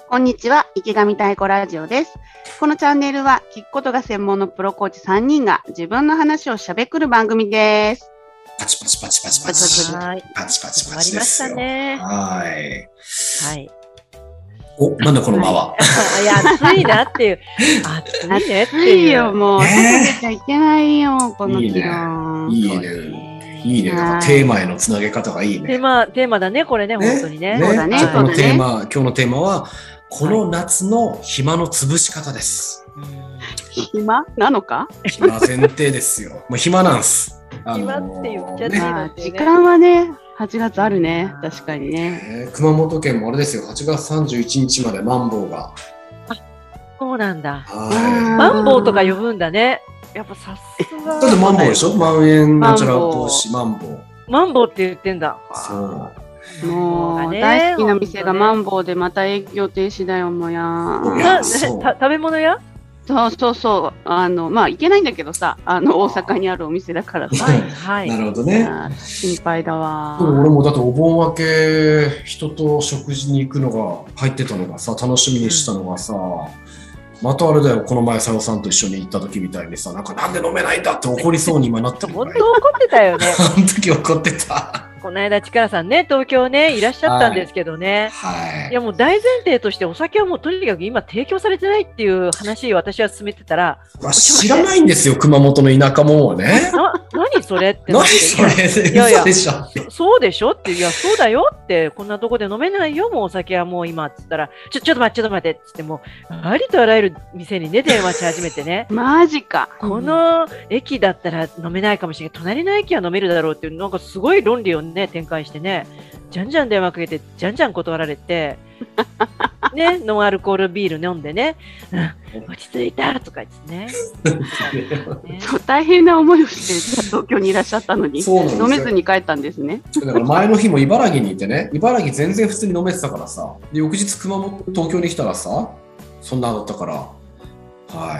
こんにちは、池上太鼓ラジオです。このチャンネルは聞くことが専門のプロコーチ3人が自分の話をしゃべくる番組です。 パチパチパチパチパチ。 はい。 パチパチパチ終わりましたですよ。 ね。 はい。 はい。 お、なんだこの間は。 いや、暑いなっていう。暑いねっていいいう。 よ、もう。外出ちゃいけないよ、この気温。 いいね。いいね。なんかテーマへのつなげ方がいいね。 テーマだね、これね、本当にね。 そうだね。 じゃあこのテーマ、今日のテーマは、この夏の暇の潰し方です。 暇なのか？ 暇前提ですよ。もう暇なんす。 暇って言っちゃって今時間はね、8月あるね。確かにね。 熊本県もあれですよ。8月31日までマンボウが。 そうなんだ。 はい。 マンボウとか呼ぶんだね。やっぱさすが。 だってマンボウでしょ？まん延なんちゃら防止マンボウ。 マンボウって言ってんだ。 そう。 もう大好きな店がマンボウでまた営業停止だよ、もうや。 食べ物屋？ そう。まあ、行けないんだけどさ、大阪にあるお店だからさ。 はい。 なるほどね。 心配だわ。 俺もだってお盆明け、人と食事に行くのが入ってたのがさ、楽しみにしたのがさ、またあれだよ、この前、さよさんと一緒に行った時みたいにさ、なんで飲めないんだって怒りそうに今なってる。 本当怒ってたよね。 あの時怒ってた。 この間、力さんね、東京ね、いらっしゃったんですけどね。 はい。 いや、もう大前提としてお酒はもうとにかく今提供されてないっていう話を私は進めてたら。 知らないんですよ、熊本の田舎もんはね。 何それって。 何それいやいや、 嘘でしょ。 そうでしょって、いや、そうだよって、こんなとこで飲めないよ、もうお酒はもう今、っつったら、ちょっと待ってっつっても、ありとあらゆる店にね、電話し始めてね。 マジか。 この駅だったら飲めないかもしれない。隣の駅は飲めるだろうっていう、なんかすごい論理をね、展開してね、じゃんじゃん電話かけて、じゃんじゃん断られて、ね、ノンアルコールビール飲んでね、落ち着いたとか言ってね。 そう、大変な思いをして東京にいらっしゃったのに、飲めずに帰ったんですね。 だから前の日も茨城にいてね、茨城全然普通に飲めてたからさ、で翌日東京に来たらさ、そんなだったから、はい。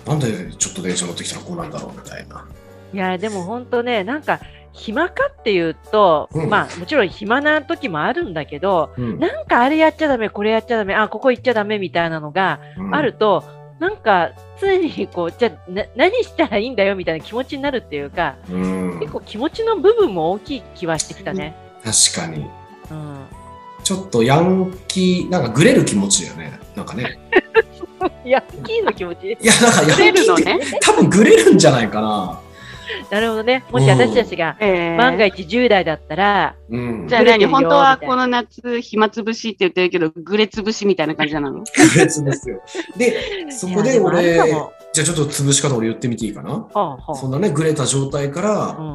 なんでちょっと電車乗ってきたらこうなんだろうみたいな。 いや、でも本当ね、なんか、暇かっていうと、まあもちろん暇な時もあるんだけど、なんかあれやっちゃダメ、これやっちゃダメ、ここ行っちゃダメみたいなのがあると、なんか常にこう、じゃあ何したらいいんだよみたいな気持ちになるっていうか、結構気持ちの部分も大きい気はしてきたね。 確かに。ちょっとヤンキー、なんかグレる気持ちだよね。なんかね。 ヤンキーの気持ち？ いや、なんかヤンキーって多分グレるんじゃないかな。 なるほどね。もし私たちが万が一10代だったら、 じゃあ何、本当はこの夏暇つぶしって言ってるけど、グレつぶしみたいな感じなの？グレつぶすよ。で、そこで俺、じゃあちょっと潰し方俺言ってみていいかな？そんなね、グレた状態から、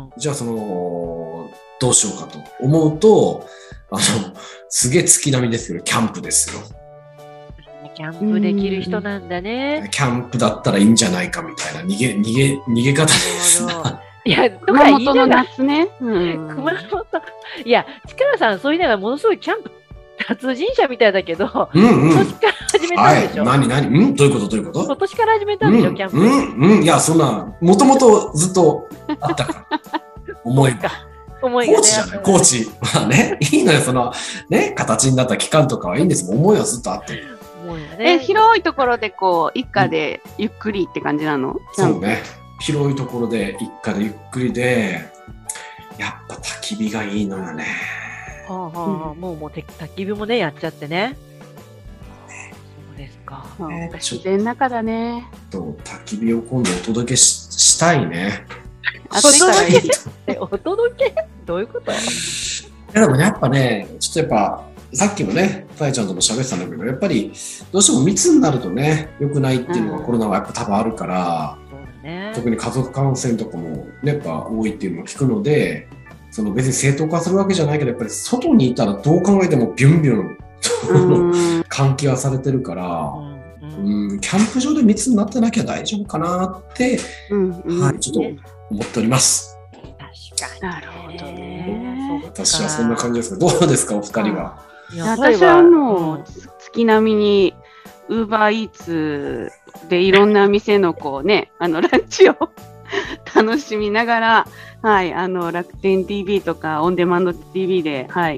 じゃあどうしようかと思うと、すげえ月並みですけど、キャンプですよ。 キャンプできる人なんだね。 キャンプだったらいいんじゃないかみたいな逃げ方ですな。 いや、 熊本の夏ね。 熊本。いや、力さん、そういうのがものすごいキャンプ達人者みたいだけど、今年から始めたんでしょ？ 何どういうこと今年から始めたんでしょ、キャンプ。いや、そんな、もともとずっとあったから。思えば。コーチじゃない、コーチ。まあね、いいのよ、ね、形になった期間とかはいいんですもん。思いはずっとあってる。 広いところで一家でゆっくりって感じなの？ そうね。広いところで一家でゆっくりで、やっぱ焚き火がいいのよね。 もう焚き火もね、やっちゃってね。そうですか。 自然の中だね。 焚き火を今度お届けしたいね。 お届けどういうこと？ でもやっぱね、ちょっとさっきもね、さやちゃんとも喋ってたんだけど、やっぱりどうしても密になるとね、良くないっていうのがコロナはやっぱ多分あるから、特に家族感染とかも、ね、やっぱ多いっていうのを聞くので、別に正当化するわけじゃないけど、やっぱり外にいたらどう考えてもビュンビュン換気はされてるから、キャンプ場で密になってなきゃ大丈夫かなって、はい、ちょっと思っております。 確かに。なるほどね。 私はそんな感じですけど、どうですか、お二人は。 私はもう月並みにウーバーイーツでいろんな店のランチを楽しみながら、はい、楽天 TV とかオンデマンド TV で、はい、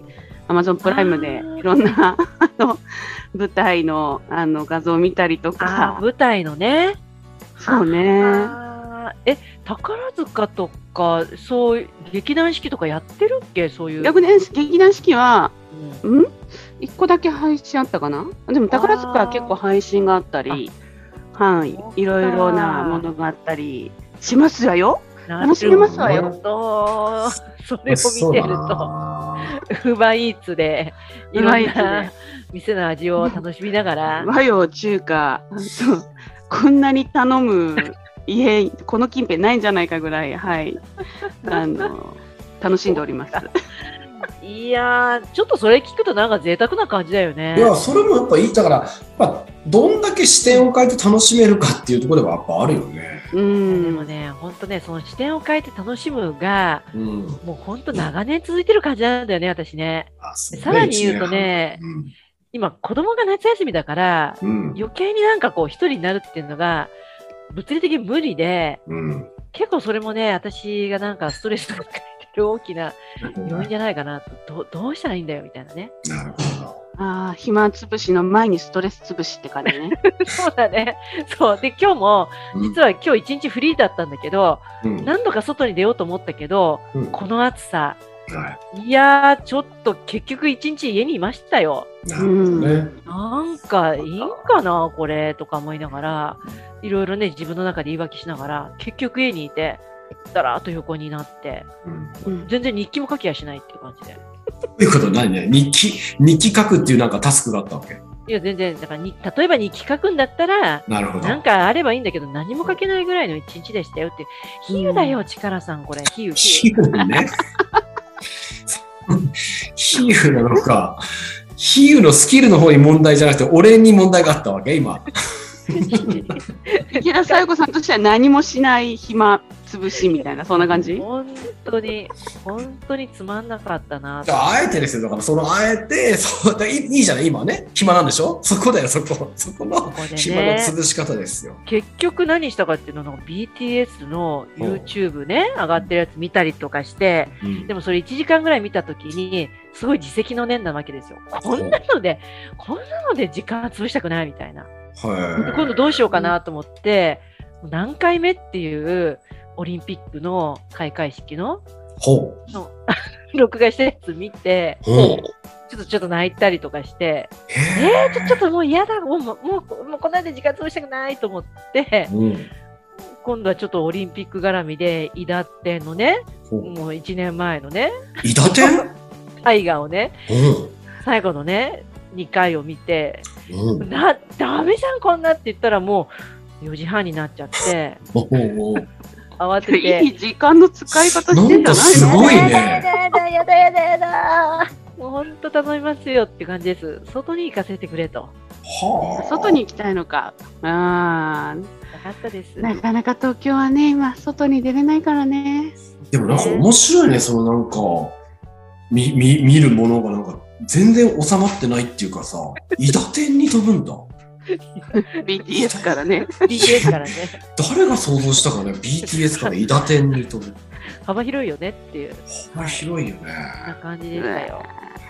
Amazon プライムでいろんな舞台の画像を見たりとか。 舞台のね。 そうね。 宝塚とかそういう劇団四季とかやってるっけ、そういう。 劇団四季は、1個だけ配信あったかな。でも宝塚は結構配信があったり、はい、いろいろなものがあったりしますわよ。楽しめますわよ。それを見てると、Uber Eats でいろんな店の味を楽しみながら。 和洋中華、こんなに頼む家、この近辺ないんじゃないかぐらい、はい、楽しんでおります。 いやー、ちょっとそれ聞くとなんか贅沢な感じだよね。 いや、それもやっぱいい。だから、どんだけ視点を変えて楽しめるかっていうところではやっぱあるよね。 でもね、本当ね、その視点を変えて楽しむが、もう本当長年続いてる感じなんだよね、私ね。さらに言うとね、今子供が夏休みだから、余計になんかこう一人になるっていうのが物理的に無理で、結構それもね、私がなんかストレスとか抱えてる大きな要因じゃないかなと。どうしたらいいんだよみたいなね。 なるほど。 暇つぶしの前にストレスつぶしって感じね。 そうだね。そう。で、今日も、実は今日一日フリーだったんだけど、何度か外に出ようと思ったけど、この暑さ、いやー、ちょっと結局一日家にいましたよ。なんかいいんかな、これ、とか思いながら、いろいろね、自分の中で言い訳しながら、結局家にいて、だらーっと横になって、全然日記も書きやしないっていう感じで。 どういうこと？何ね、日記書くっていうなんかタスクがあったわけ？ いや、全然、だから例えば日記書くんだったら、なんかあればいいんだけど、何も書けないぐらいの一日でしたよって。比喩だよ、力さん、これ。比喩ね。比喩なのか。比喩のスキルの方に問題じゃなくて、俺に問題があったわけ、今。 池田紗友子さんとしては何もしない暇つぶしみたいな、そんな感じ？ 本当につまんなかったな。 あえてですよ。だからあえていいじゃない、今ね、暇なんでしょ。そこだよ、そこの暇の潰し方ですよ。 結局何したかっていうのを BTS の YouTube ね、上がってるやつ見たりとかして、でもそれ1時間ぐらい見たときにすごい自責の念なわけですよ。こんなので時間潰したくないみたいな。今度どうしようかなと思って、何回目っていうオリンピックの開会式の録画したやつ見て、ちょっと泣いたりとかして、ちょっともう嫌だ、もうこんなで時間潰したくないと思って、今度はちょっとオリンピック絡みで伊達天のね、もう1年前のね、 伊達天大河をね、最後のね、2回を見て、ダメじゃんこんなって言ったらもう4時半になっちゃって慌てていい時間の使い方してんじゃないの？ すごいね。 やだもう本当頼みますよって感じです。外に行かせてくれと。 外に行きたいのか。 なかったです。 なかなか東京はね、今外に出れないからね。 でもなんか面白いね、そのなんか見るものがなんか全然収まってないっていうかさ、伊達天に飛ぶんだ。 BTS からね。 BTS からね。 誰が想像したかね、BTS から伊達天に飛ぶ。 幅広いよねっていう。 幅広いよね。 そんな感じでしたよ。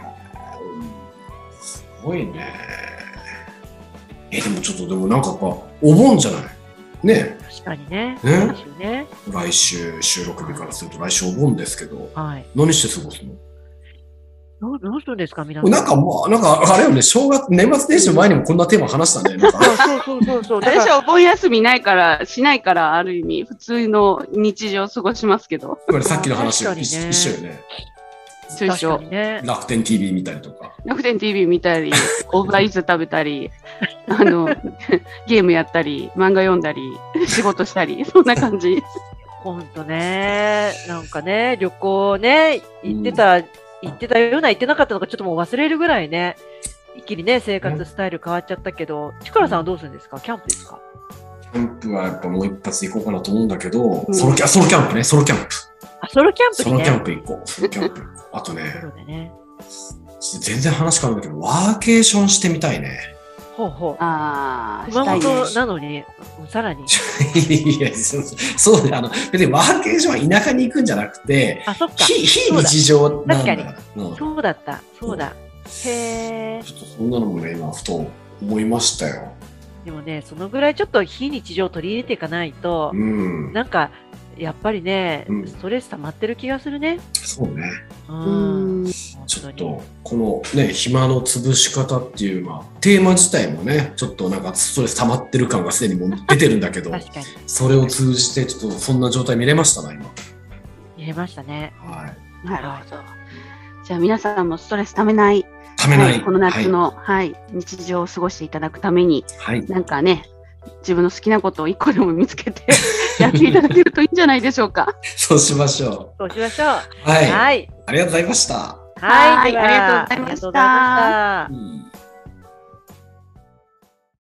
すごいね。でもちょっとでもなんかお盆じゃないね。 確かにね。 来週収録日からすると来週お盆ですけど、 何して過ごすの？ どうするんですか皆さん。 なんかあれよね、正月年末年始の前にもこんなテーマ話したね。 そう。 私はお盆休みしないからある意味普通の日常を過ごしますけど。 これさっきの話一緒よね。 一緒。 楽天 TV 見たりとか。 楽天 TV 見たり、オーバーイーツ食べたり、ゲームやったり、漫画読んだり、仕事したり、そんな感じ。 ほんとね、なんかね、旅行ね、行ってたような、行ってなかったのかちょっともう忘れるぐらいね、一気にね、生活スタイル変わっちゃったけど、チカラさんはどうするんですか？キャンプですか？ キャンプはやっぱもう一発行こうかなと思うんだけど、ソロキャンプね、ソロキャンプ。 ソロキャンプね。 ソロキャンプ行こう。ソロキャンプ。あとね、全然話変わるんだけど、ワーケーションしてみたいね。 ほうほう。 ああ、 熊したいね。 本なのに、さらに。 いや、そうね、別にワーケーションは田舎に行くんじゃなくて、 あ、そっか。 非日常なんだから。 そうだった。そうだ。へえ。 ちょっとそんなのもね、今、ふと思いましたよ。 でもね、そのぐらいちょっと非日常を取り入れていかないと、なんか、やっぱりね、ストレス溜まってる気がするね。 そうね。ちょっと、このね、暇の潰し方っていう、テーマ自体もね、ちょっとなんかストレス溜まってる感がすでにもう出てるんだけど、 確かに。 それを通じて、ちょっとそんな状態見れましたな、今。 見れましたね。 はい。 なるほど。じゃあ皆さんもストレス溜めない。この夏の、日常を過ごしていただくために、なんかね、自分の好きなことを一個でも見つけてやっていただけるといいんじゃないでしょうか。 そうしましょう。 そうしましょう。 はい。ありがとうございました。 はい。 ありがとうございました。